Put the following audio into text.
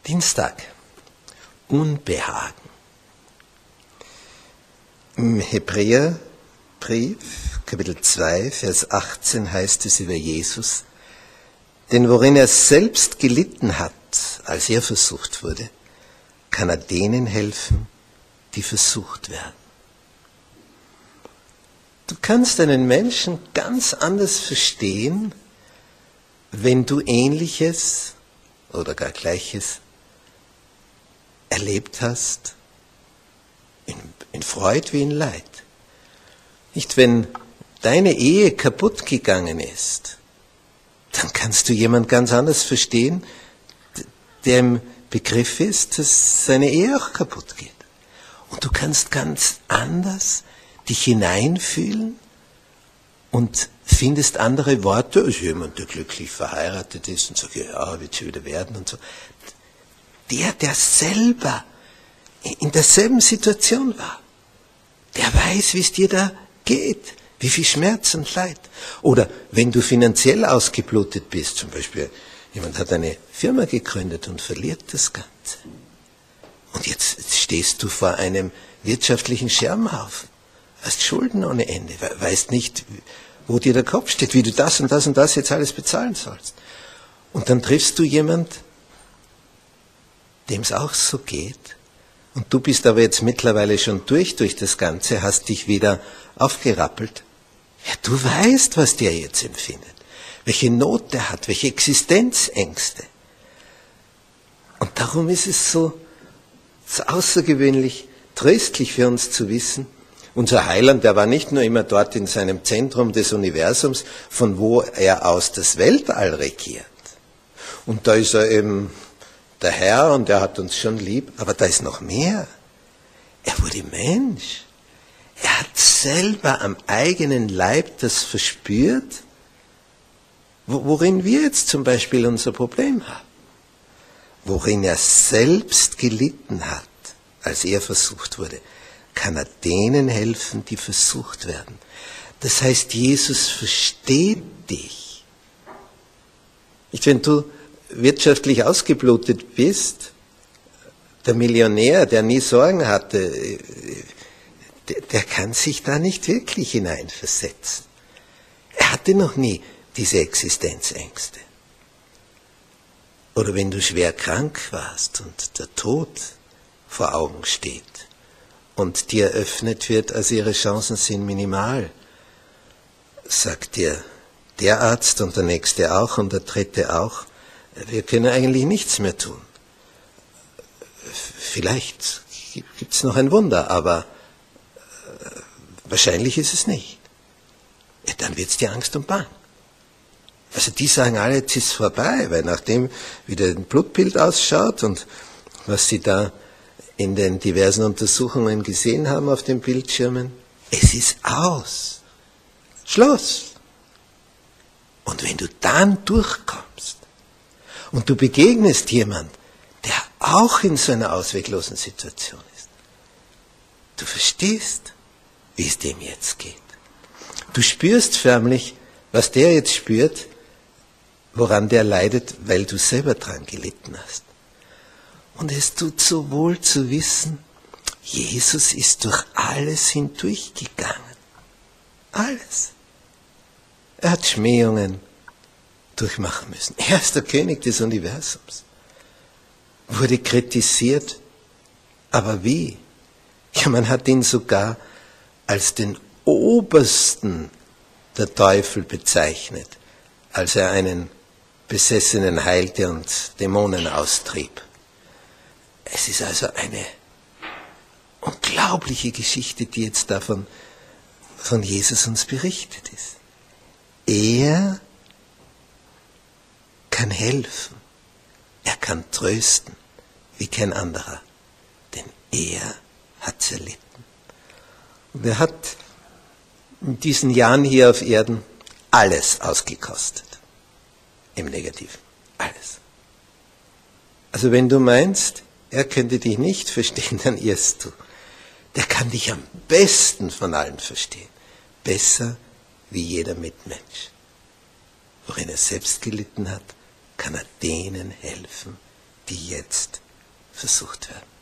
Dienstag. Unbehagen. Im Hebräerbrief, Kapitel 2, Vers 18 heißt es über Jesus, denn worin er selbst gelitten hat, als er versucht wurde, kann er denen helfen, die versucht werden. Du kannst einen Menschen ganz anders verstehen, wenn du Ähnliches oder gar Gleiches erlebt hast, in Freud wie in Leid. Nicht, wenn deine Ehe kaputt gegangen ist, dann kannst du jemand ganz anders verstehen, der im Begriff ist, dass seine Ehe auch kaputt geht. Und du kannst ganz anders dich hineinfühlen und findest andere Worte, als jemand, der glücklich verheiratet ist und sagt, ja, wird schon wieder werden und so. Der selber in derselben Situation war, der weiß, wie es dir da geht, wie viel Schmerz und Leid. Oder wenn du finanziell ausgeblutet bist, zum Beispiel, jemand hat eine Firma gegründet und verliert das Ganze. Und jetzt stehst du vor einem wirtschaftlichen Scherbenhaufen, hast Schulden ohne Ende, weißt nicht, wo dir der Kopf steht, wie du das und das und das jetzt alles bezahlen sollst. Und dann triffst du jemand, dem es auch so geht, und du bist aber jetzt mittlerweile schon durch das Ganze, hast dich wieder aufgerappelt. Ja, du weißt, was der jetzt empfindet, welche Not der hat, welche Existenzängste. Und darum ist es so außergewöhnlich tröstlich für uns zu wissen, unser Heiland, der war nicht nur immer dort in seinem Zentrum des Universums, von wo er aus das Weltall regiert. Und da ist er eben der Herr und er hat uns schon lieb, aber da ist noch mehr. Er wurde Mensch. Er hat selber am eigenen Leib das verspürt, worin wir jetzt zum Beispiel unser Problem haben. Worin er selbst gelitten hat, als er versucht wurde, kann er denen helfen, die versucht werden. Das heißt, Jesus versteht dich. Nicht, wenn du wirtschaftlich ausgeblutet bist, der Millionär, der nie Sorgen hatte, der kann sich da nicht wirklich hineinversetzen. Er hatte noch nie diese Existenzängste. Oder wenn du schwer krank warst und der Tod vor Augen steht und dir eröffnet wird, also ihre Chancen sind minimal, sagt dir der Arzt und der nächste auch und der dritte auch, wir können eigentlich nichts mehr tun. Vielleicht gibt es noch ein Wunder, aber wahrscheinlich ist es nicht. Ja, dann wird es dir Angst und Bang. Also die sagen alle, jetzt ist es vorbei, weil nachdem wie das Blutbild ausschaut und was sie da in den diversen Untersuchungen gesehen haben auf den Bildschirmen, es ist aus. Schluss. Und wenn du dann durchkommst und du begegnest jemand, der auch in so einer ausweglosen Situation ist, du verstehst, wie es dem jetzt geht. Du spürst förmlich, was der jetzt spürt, woran der leidet, weil du selber dran gelitten hast. Und es tut so wohl zu wissen, Jesus ist durch alles hindurchgegangen. Alles. Er hat Schmähungen durchmachen müssen. Er ist der König des Universums. Wurde kritisiert. Aber wie? Ja, man hat ihn sogar als den Obersten der Teufel bezeichnet, als er einen Besessenen heilte und Dämonen austrieb. Es ist also eine unglaubliche Geschichte, die jetzt davon von Jesus uns berichtet ist. Er kann helfen, er kann trösten, wie kein anderer, denn er hat erlitten. Und er hat in diesen Jahren hier auf Erden alles ausgekostet, im Negativen, alles. Also wenn du meinst, er könnte dich nicht verstehen, dann irrst du. Der kann dich am besten von allen verstehen. Besser wie jeder Mitmensch. Worin er selbst gelitten hat, kann er denen helfen, die jetzt versucht werden.